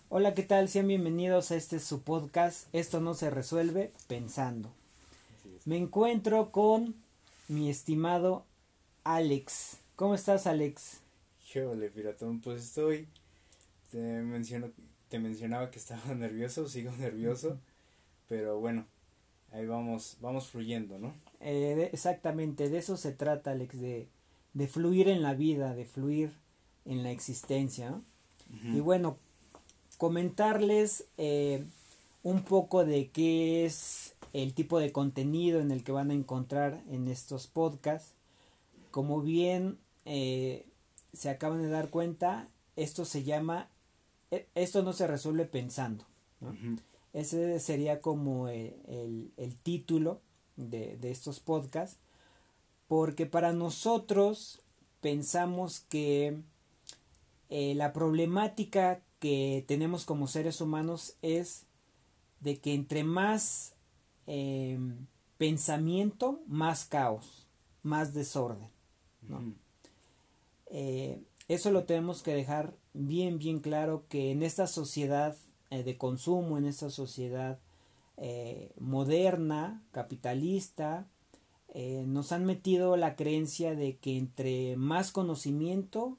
Hola, ¿qué tal? Sean bienvenidos a este su podcast. Esto no se resuelve pensando. Así es. Me encuentro con mi estimado Alex. ¿Cómo estás, Alex? Híjole, piratón, pues estoy, te menciono, te mencionaba que estaba nervioso, sigo nervioso, pero bueno, ahí vamos fluyendo, ¿no? Exactamente, de eso se trata, Alex, de fluir en la vida, de fluir en la existencia, ¿no? Y Ujú. bueno, comentarles un poco de qué es el tipo de contenido en el que van a encontrar en estos podcasts. Como bien se acaban de dar cuenta, esto se llama, esto no se resuelve pensando, ¿no? Ujú. Ese sería como el título de estos podcasts, porque para nosotros pensamos que la problemática que tenemos como seres humanos es de que entre más eh, pensamiento, más caos, más desorden, ¿no? Ujú. Eso lo tenemos que dejar bien claro, que en esta sociedad de consumo, en esta sociedad moderna, capitalista, nos han metido la creencia de que entre más conocimiento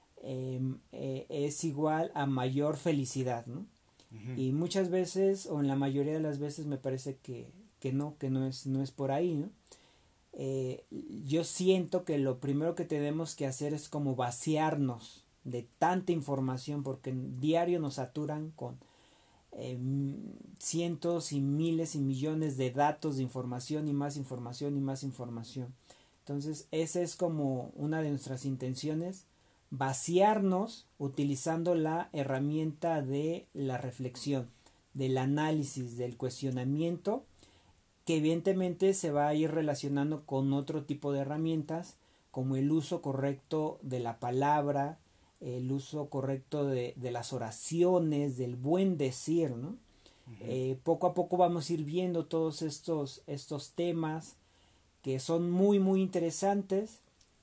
es igual a mayor felicidad, ¿no? Ujú. Y muchas veces, o en la mayoría de las veces, me parece que no es por ahí, ¿no? eh, yo siento que lo primero que tenemos que hacer es como vaciarnos de tanta información, porque en diario nos saturan con eh, cientos y miles y millones de datos de información y más información y más información. Entonces esa es como una de nuestras intenciones, vaciarnos utilizando la herramienta de la reflexión, del análisis, del cuestionamiento, que evidentemente se va a ir relacionando con otro tipo de herramientas, como el uso correcto de la palabra, el uso correcto de las oraciones, del buen decir, ¿no? Ujú. Poco a poco vamos a ir viendo todos estos temas que son muy interesantes,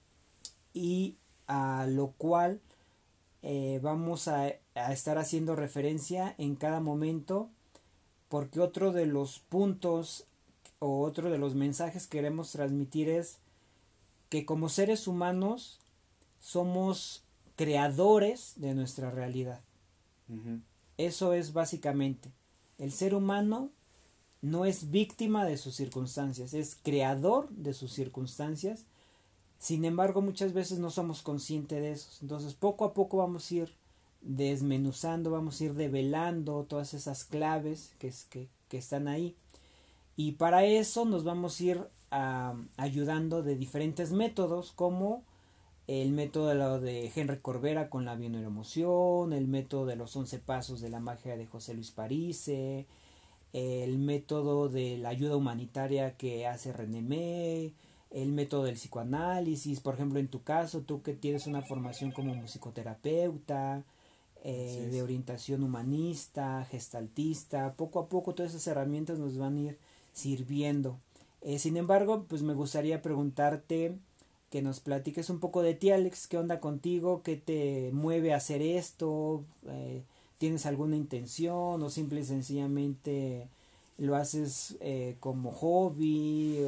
y a lo cual vamos a estar haciendo referencia en cada momento, porque otro de los puntos o otro de los mensajes que queremos transmitir es que como seres humanos somos creadores de nuestra realidad. Ujú. Eso es básicamente. El ser humano no es víctima de sus circunstancias, es creador de sus circunstancias. Sin embargo, muchas veces no somos conscientes de eso. Entonces, poco a poco vamos a ir desmenuzando, vamos a ir develando todas esas claves que están ahí. Y para eso nos vamos a ir ayudando de diferentes métodos, como el método de Henry Corbera con la bioneuroemoción, el método de los 11 pasos de la magia de José Luis Parise, el método de la ayuda humanitaria que hace René May, el método del psicoanálisis. Por ejemplo, en tu caso, tú que tienes una formación como musicoterapeuta, Así de es. orientación humanista, gestaltista, poco a poco todas esas herramientas nos van a ir sirviendo. Sin embargo, pues me gustaría preguntarte que nos platiques un poco de ti, Alex. ¿Qué onda contigo? ¿Qué te mueve a hacer esto? ¿Tienes alguna intención o simple y sencillamente lo haces como hobby?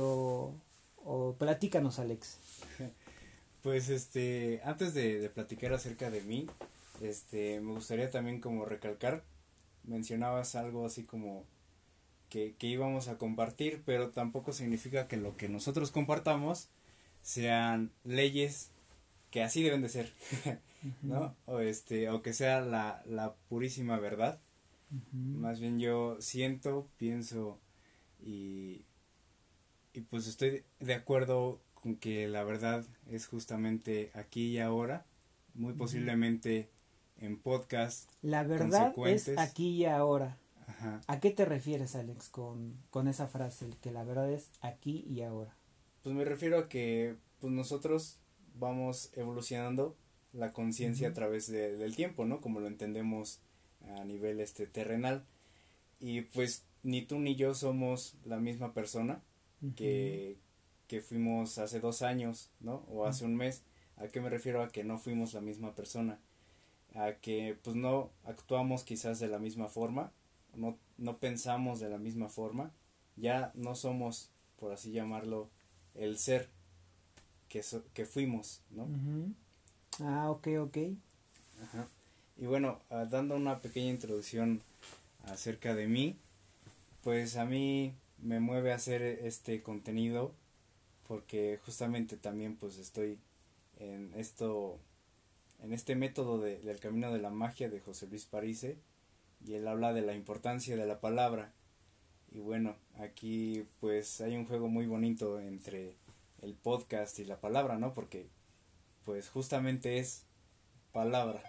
O platícanos, Alex. Pues antes de platicar acerca de mí, me gustaría también como recalcar, mencionabas algo así como que íbamos a compartir, pero tampoco significa que lo que nosotros compartamos sean leyes que así deben de ser, Ujú, ¿no? O que sea la purísima verdad. ujú. Más bien yo siento, pienso y, y pues estoy de acuerdo con que la verdad es justamente aquí y ahora, muy Ujú. posiblemente en podcast La verdad es consecuentes. aquí y ahora. Ajá. ¿A qué te refieres, Alex, con esa frase, que la verdad es aquí y ahora? Pues me refiero a que pues nosotros vamos evolucionando la conciencia a Ujú, través del tiempo, ¿no? Como lo entendemos a nivel terrenal. Y pues ni tú ni yo somos la misma persona ujú, que, que fuimos hace 2 años, ¿no? O hace un mes. ¿A qué me refiero? A que no fuimos la misma persona. a que pues no actuamos quizás de la misma forma, no pensamos de la misma forma, ya no somos, por así llamarlo, el ser que fuimos, ¿no? Uh-huh. Ah, ok. Ajá. Y bueno, dando una pequeña introducción acerca de mí, pues a mí me mueve a hacer este contenido porque justamente también pues estoy en este método del camino de la magia de José Luis Parise, y él habla de la importancia de la palabra. Y bueno, aquí pues hay un juego muy bonito entre el podcast y la palabra, ¿no? Porque pues justamente es palabra.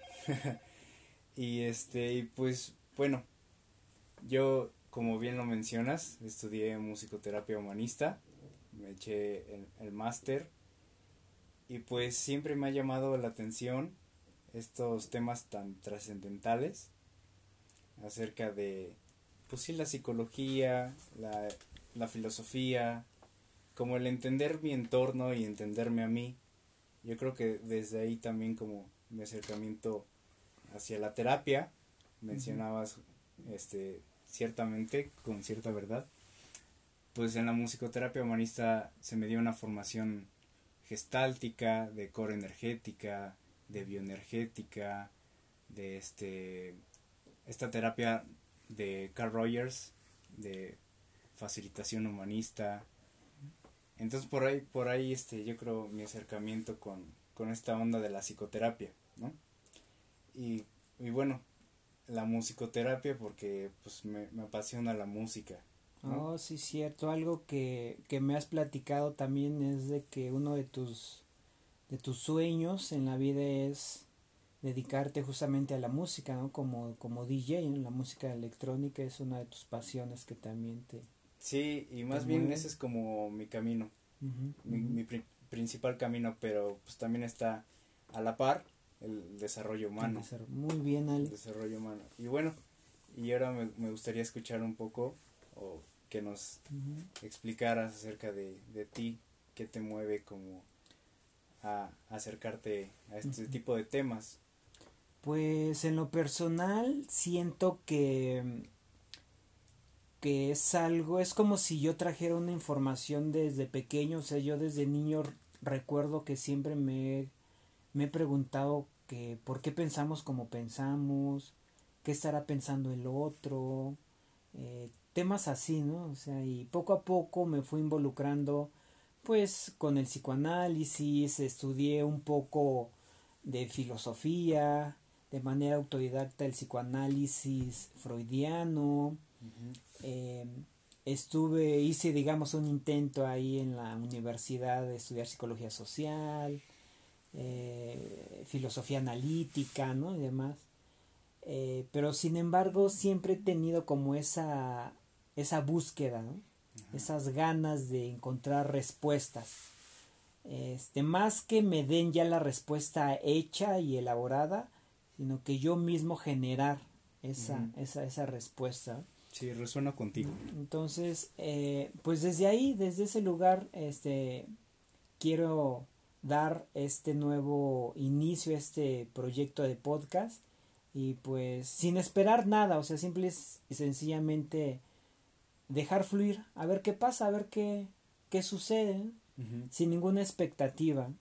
Y pues bueno, yo como bien lo mencionas, estudié musicoterapia humanista, me eché el máster, y pues siempre me ha llamado la atención estos temas tan trascendentales acerca de, pues sí, la psicología, la filosofía, como el entender mi entorno y entenderme a mí. Yo creo que desde ahí también como mi acercamiento hacia la terapia, mencionabas ciertamente, con cierta verdad, pues en la musicoterapia humanista se me dio una formación gestáltica, de core energética, de bioenergética, de esta terapia de Carl Rogers, de facilitación humanista. Entonces por ahí yo creo mi acercamiento con esta onda de la psicoterapia, ¿no? Y bueno, la musicoterapia porque pues me apasiona la música, ¿no? Oh, sí, cierto. Algo que me has platicado también es de que uno de tus sueños en la vida es dedicarte justamente a la música, ¿no? Como DJ, ¿no? La música electrónica es una de tus pasiones que también Sí, y te más bien mueve. ese es como mi camino, Uh-huh, uh-huh. mi principal camino, pero pues también está a la par el desarrollo humano, Muy bien, el Ale. desarrollo humano. Y bueno, y ahora me gustaría escuchar un poco, o que nos Uh-huh. explicaras acerca de ti, qué te mueve como a acercarte a este Uh-huh. tipo de temas. Pues en lo personal siento que es algo, es como si yo trajera una información desde pequeño, o sea, yo desde niño recuerdo que siempre me he preguntado que por qué pensamos como pensamos, qué estará pensando el otro, temas así, ¿no? O sea, y poco a poco me fui involucrando pues con el psicoanálisis, estudié un poco de filosofía, de manera autodidacta el psicoanálisis freudiano, Uh-huh. eh, hice digamos un intento ahí en la universidad de estudiar psicología social, filosofía analítica, ¿no? Y demás. Pero sin embargo siempre he tenido como esa búsqueda, ¿no? Esas ganas de encontrar respuestas. Más que me den ya la respuesta hecha y elaborada, sino que yo mismo generar Uh-huh. esa respuesta. Sí, resuena contigo. Entonces, pues desde ahí, desde ese lugar, quiero dar este nuevo inicio a este proyecto de podcast y pues sin esperar nada, o sea, simple y sencillamente dejar fluir, a ver qué pasa, a ver qué sucede, ¿no? Uh-huh. Sin ninguna expectativa.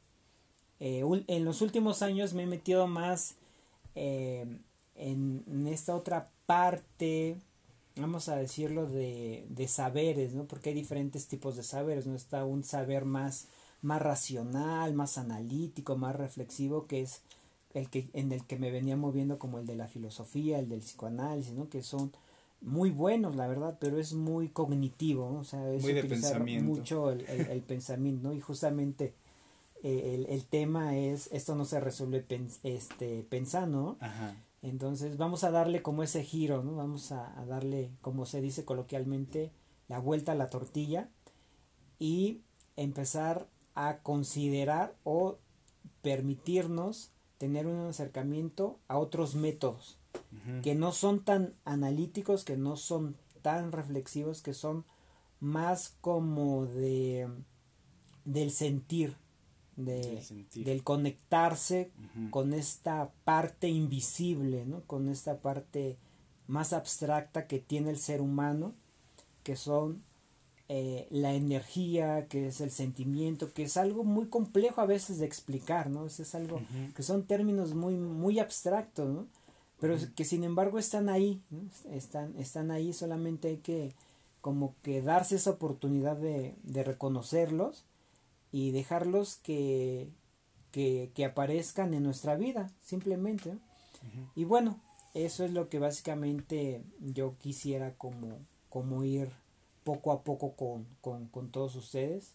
En los últimos años me he metido más eh, en esta otra parte, vamos a decirlo, de saberes, ¿no? Porque hay diferentes tipos de saberes, ¿no? Está un saber más racional, más analítico, más reflexivo, que es en el que me venía moviendo, como el de la filosofía, el del psicoanálisis, ¿no? Que son muy buenos, la verdad, pero es muy cognitivo, ¿no? O sea, es Muy de utilizar pensamiento. mucho el pensamiento, ¿no? Y justamente el tema es, esto no se resuelve pensando, ¿no? Ajá. Entonces vamos a darle como ese giro, ¿no? Vamos a darle, como se dice coloquialmente, la vuelta a la tortilla y empezar a considerar o permitirnos tener un acercamiento a otros métodos Uh-huh. que no son tan analíticos, que no son tan reflexivos, que son más como del sentir, del conectarse uh-huh. con esta parte invisible, ¿no? Con esta parte más abstracta que tiene el ser humano, que son la energía, que es el sentimiento, que es algo muy complejo a veces de explicar, ¿no? Es algo uh-huh. que son términos muy, muy abstractos, ¿no? Pero uh-huh. que sin embargo están ahí, ¿no? Están ahí, solamente hay que como que darse esa oportunidad de reconocerlos y dejarlos que aparezcan en nuestra vida, simplemente, ¿no? Uh-huh. Y bueno, eso es lo que básicamente yo quisiera como ir poco a poco con todos ustedes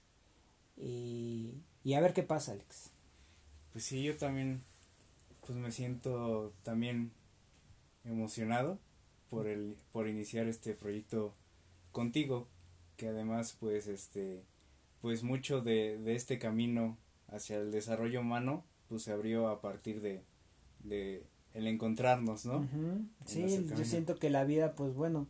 y a ver qué pasa, Alex. Pues sí, yo también pues me siento también emocionado por iniciar este proyecto contigo, que además pues mucho de este camino hacia el desarrollo humano pues se abrió a partir de el encontrarnos, ¿no? Uh-huh. Sí, yo siento que la vida pues bueno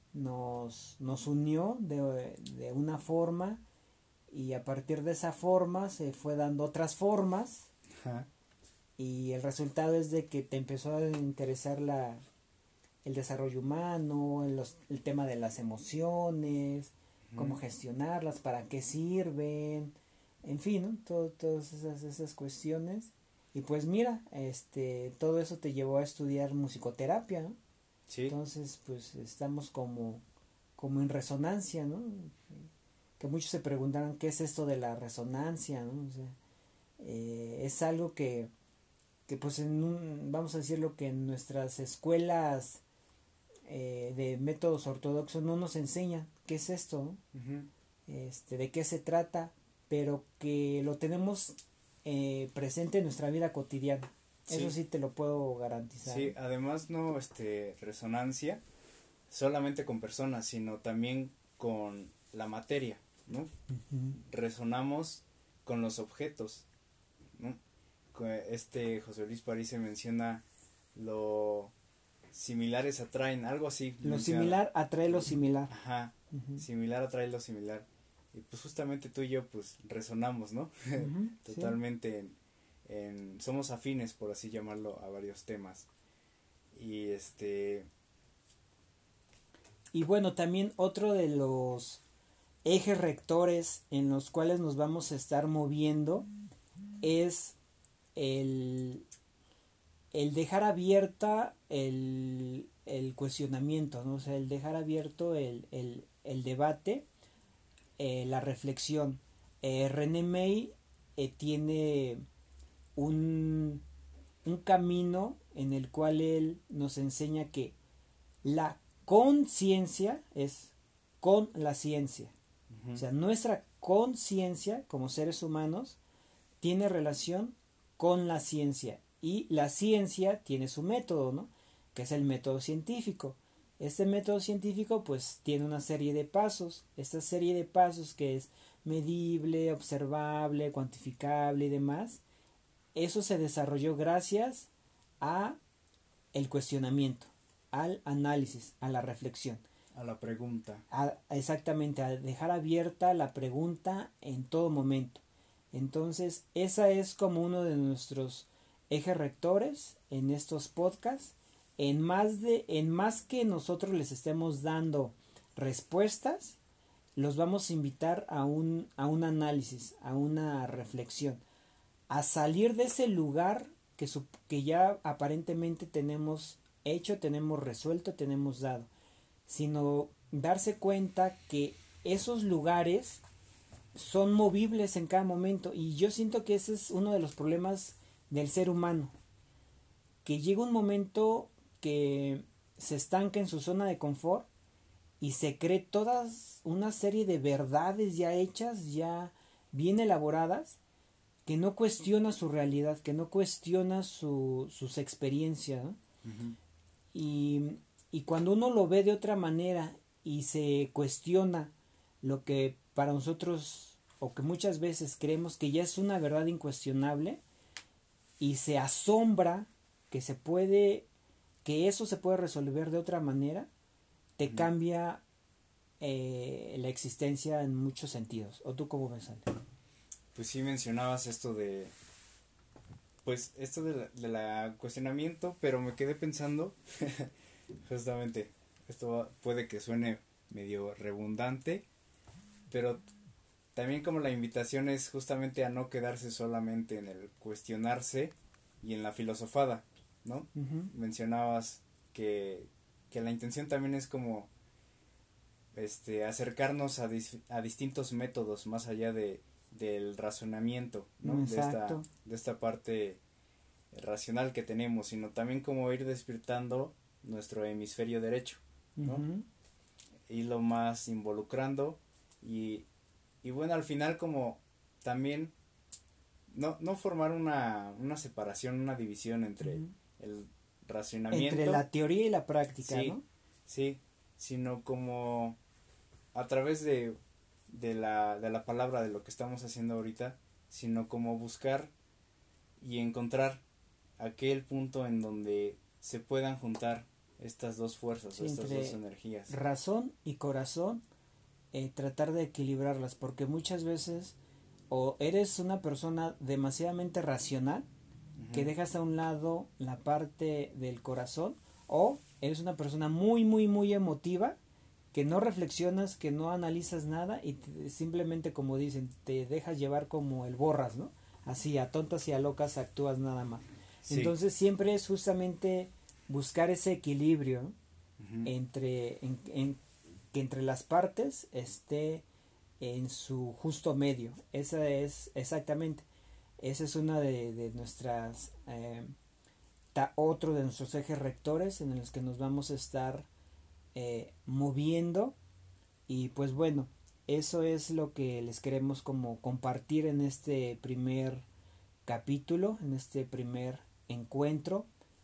nos unió de una forma y a partir de esa forma se fue dando otras formas. Ajá. Y el resultado es de que te empezó a interesar el desarrollo humano, el tema de las emociones, cómo gestionarlas, para qué sirven, en fin, ¿no? Todas esas cuestiones. Y pues mira, todo eso te llevó a estudiar musicoterapia, ¿no? Sí. Entonces, pues estamos como en resonancia, ¿no? Que muchos se preguntarán qué es esto de la resonancia, ¿no? O sea, es algo que pues vamos a decirlo que en nuestras escuelas de métodos ortodoxos no nos enseñan qué es esto, ¿no? Uh-huh. De qué se trata, pero que lo tenemos presente en nuestra vida cotidiana. Sí. Eso sí te lo puedo garantizar. Sí, además no resonancia solamente con personas, sino también con la materia, ¿no? Uh-huh. Resonamos con los objetos, ¿no? José Luis París se menciona lo similares atraen, algo así. Lo similar atrae lo similar. Ajá, uh-huh. Similar atrae lo similar. Y pues justamente tú y yo pues resonamos, ¿no? Uh-huh, totalmente sí. Somos afines, por así llamarlo, a varios temas. Y bueno, también otro de los ejes rectores en los cuales nos vamos a estar moviendo es el dejar abierta el cuestionamiento, ¿no? O sea, el dejar abierto el debate, la reflexión. René May tiene un camino en el cual él nos enseña que la conciencia es con la ciencia. Uh-huh. O sea, nuestra conciencia como seres humanos tiene relación con la ciencia y la ciencia tiene su método, ¿no? Que es el método científico. Este método científico pues tiene una serie de pasos. Esta serie de pasos que es medible, observable, cuantificable y demás, eso se desarrolló gracias a el cuestionamiento, al análisis, a la reflexión. A la pregunta. Exactamente, a dejar abierta la pregunta en todo momento. Entonces, esa es como uno de nuestros ejes rectores en estos podcasts. En más que nosotros les estemos dando respuestas, los vamos a invitar a un análisis, a una reflexión, a salir de ese lugar que ya aparentemente tenemos hecho, tenemos resuelto, tenemos dado, sino darse cuenta que esos lugares son movibles en cada momento. Y yo siento que ese es uno de los problemas del ser humano, que llega un momento que se estanca en su zona de confort y se cree toda una serie de verdades ya hechas, ya bien elaboradas, que no cuestiona su realidad, que no cuestiona sus experiencias, ¿no? Uh-huh. Y cuando uno lo ve de otra manera y se cuestiona lo que para nosotros, o que muchas veces creemos que ya es una verdad incuestionable, y se asombra que eso se puede resolver de otra manera, te uh-huh. cambia la existencia en muchos sentidos. ¿O tú cómo ves, Ale? pues sí mencionabas esto de, pues esto de la cuestionamiento, pero me quedé pensando, justamente, esto puede que suene medio redundante, pero también como la invitación es justamente a no quedarse solamente en el cuestionarse y en la filosofada, ¿no? Uh-huh. Mencionabas que, que la intención también es como acercarnos a distintos métodos más allá del razonamiento, ¿no? Exacto. De esta parte racional que tenemos, sino también como ir despertando nuestro hemisferio derecho, ¿no? Uh-huh. Irlo más involucrando y bueno, al final como también no formar una separación, una división entre Uh-huh. el Entre racionamiento, la teoría y la práctica, sí, ¿no? sí, sino como a través de la palabra, de lo que estamos haciendo ahorita, sino como buscar y encontrar aquel punto en donde se puedan juntar estas dos fuerzas o Sí, estas dos entre energías. razón y corazón, tratar de equilibrarlas, porque muchas veces o eres una persona demasiadamente racional, que Uh-huh. dejas a un lado la parte del corazón, o eres una persona muy, muy, muy emotiva, que no reflexionas, que no analizas nada y simplemente, como dicen, te dejas llevar como el borras, ¿no? Así, a tontas y a locas actúas nada más. Sí. Entonces siempre es justamente buscar ese equilibrio, ¿no? Uh-huh. Que entre las partes esté en su justo medio. Esa es exactamente, esa es una de nuestras, otro de nuestros ejes rectores en los que nos vamos a estar moviendo. Y pues bueno, eso es lo que les queremos como compartir en este primer capítulo, en este primer encuentro.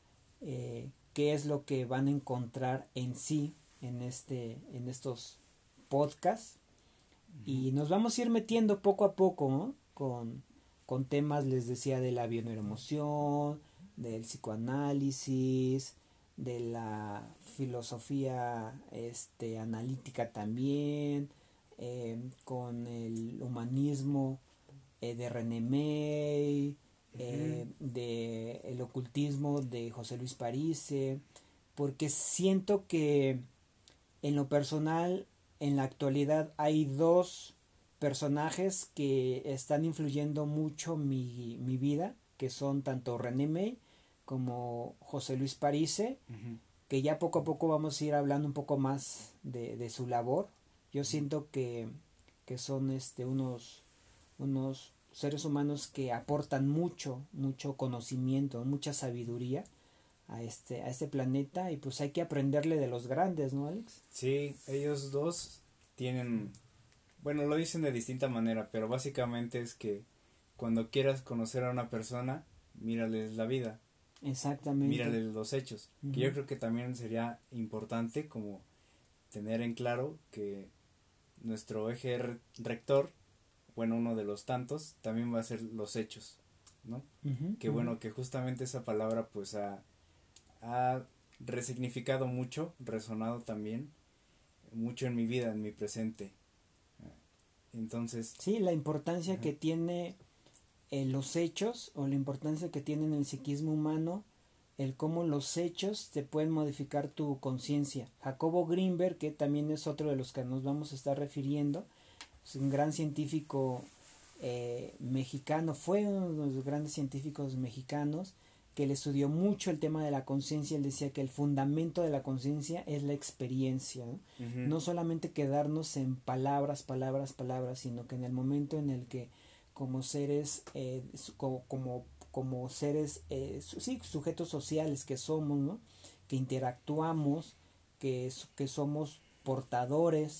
Qué es lo que van a encontrar en sí en estos podcasts, Uh-huh. y nos vamos a ir metiendo poco a poco, ¿no? Con temas, les decía, de la bioneuroemoción, del psicoanálisis, de la filosofía analítica también, con el humanismo de René May, Uh-huh. de el ocultismo de José Luis Parise, porque siento que en lo personal, en la actualidad hay dos personajes que están influyendo mucho mi vida, que son tanto René May como José Luis Parise, Uh-huh. que ya poco a poco vamos a ir hablando un poco más de su labor. Yo siento que son unos seres humanos que aportan mucho, mucho conocimiento, mucha sabiduría a este planeta, y pues hay que aprenderle de los grandes, ¿no, Alex? Sí, ellos dos tienen, bueno, lo dicen de distinta manera, pero básicamente es que cuando quieras conocer a una persona, mírales la vida, Exactamente. mírales los hechos, que yo Uh-huh. creo que también sería importante como tener en claro que nuestro eje rector, bueno, uno de los tantos, también va a ser los hechos, ¿no? Uh-huh. Que Uh-huh. bueno, que justamente esa palabra pues ha resignificado mucho, resonado también mucho en mi vida, en mi presente. Entonces, Sí, la importancia ajá, que tiene en los hechos, o la importancia que tiene en el psiquismo humano, el cómo los hechos te pueden modificar tu conciencia. Jacobo Greenberg, que también es otro de los que nos vamos a estar refiriendo, es un gran científico mexicano, fue uno de los grandes científicos mexicanos que le estudió mucho el tema de la conciencia. Él decía que el fundamento de la conciencia es la experiencia, ¿no? uh-huh, No solamente quedarnos en palabras, palabras, palabras, sino que en el momento en el que como seres, como seres, sí, sujetos sociales que somos, ¿no? Que interactuamos, que somos portadores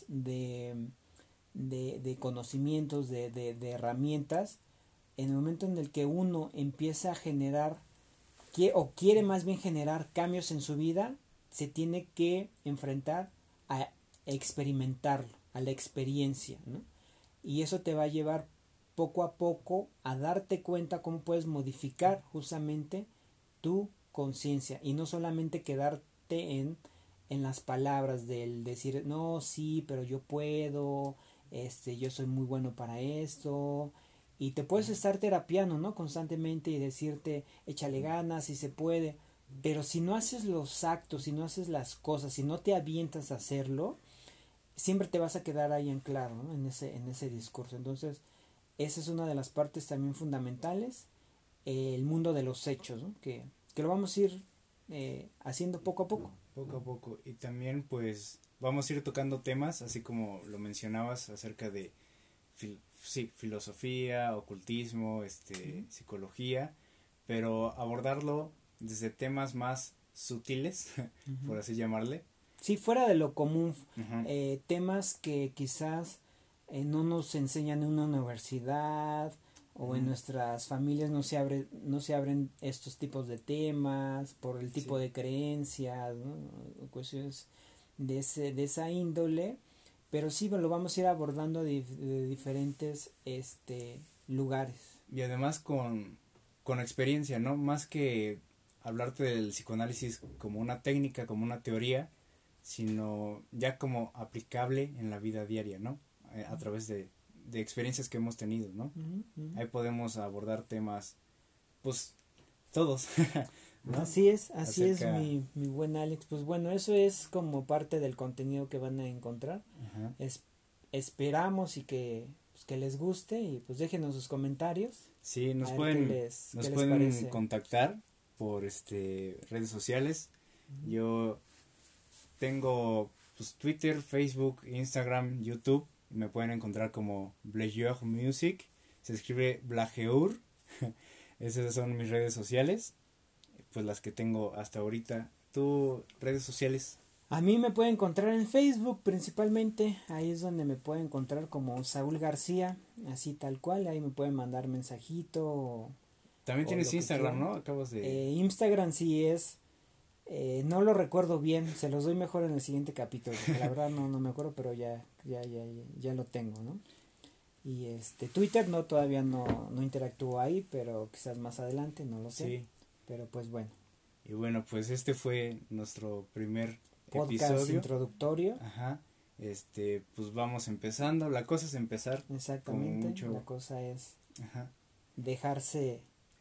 de conocimientos, de herramientas, en el momento en el que uno empieza a generar, o quiere más bien generar cambios en su vida, se tiene que enfrentar a experimentarlo, a la experiencia, ¿no? Y eso te va a llevar poco a poco a darte cuenta cómo puedes modificar justamente tu conciencia, y no solamente quedarte en las palabras del decir, no, sí, pero yo puedo, yo soy muy bueno para esto, y te puedes estar terapiando, ¿no? Constantemente y decirte, échale ganas, si se puede, pero si no haces los actos, si no haces las cosas, si no te avientas a hacerlo, siempre te vas a quedar ahí anclado, ¿no? En ese discurso. Entonces, esa es una de las partes también fundamentales, el mundo de los hechos, ¿no? Que lo vamos a ir haciendo poco a poco. Poco a poco. Y también pues vamos a ir tocando temas, así como lo mencionabas, acerca de sí, filosofía, ocultismo, psicología, pero abordarlo desde temas más sutiles, por así llamarle. Sí, fuera de lo común, Uh-huh. temas que quizás no nos enseñan en una universidad o en nuestras familias no se abren estos tipos de temas por el tipo Sí. de creencias, ¿no? Cuestiones de esa índole, pero sí lo vamos a ir abordando de diferentes lugares. Y además con experiencia, ¿no? Más que hablarte del psicoanálisis como una técnica, como una teoría, sino ya como aplicable en la vida diaria, ¿no? A través de experiencias que hemos tenido, ¿no? Ahí podemos abordar temas, pues, todos, ¿no? Así es Acerca... mi buen Alex. Pues bueno, eso es como parte del contenido que van a encontrar. Ajá. Esperamos y pues, que les guste y pues déjenos sus comentarios. Sí, A ver qué nos les pueden parece. contactar por redes sociales. Yo tengo pues Twitter, Facebook, Instagram, YouTube. Me pueden encontrar como Blageur Music. Se escribe Blageur. Esas son mis redes sociales. Pues las que tengo hasta ahorita. ¿Tú, redes sociales? A mí me pueden encontrar en Facebook principalmente. Ahí es donde me pueden encontrar como Saúl García. Así tal cual. Ahí me pueden mandar mensajito También o tienes lo que Instagram, quieran. ¿no? Acabas de... Instagram sí es. No lo recuerdo bien, se los doy mejor en el siguiente capítulo, porque la verdad no me acuerdo, pero ya lo tengo, ¿no? Y Twitter no, todavía no interactúo ahí, pero quizás más adelante, no lo sé. Sí. Pero pues bueno, Y bueno, pues este fue nuestro primer podcast episodio. introductorio, Ajá. Pues vamos empezando. La cosa es empezar como exactamente. La mucho. cosa es Ajá. dejarse,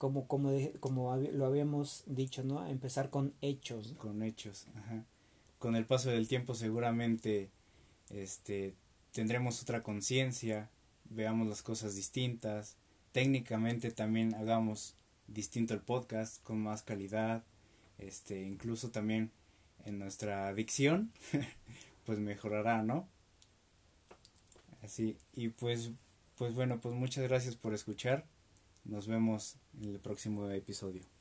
lo habíamos dicho, ¿no? Empezar con hechos, ¿no? Con hechos. Ajá. Con el paso del tiempo seguramente, tendremos otra conciencia, veamos las cosas distintas. Técnicamente también hagamos distinto el podcast con más calidad. Incluso también en nuestra dicción, pues mejorará, ¿no? Así, y pues bueno, pues muchas gracias por escuchar. Nos vemos en el próximo episodio.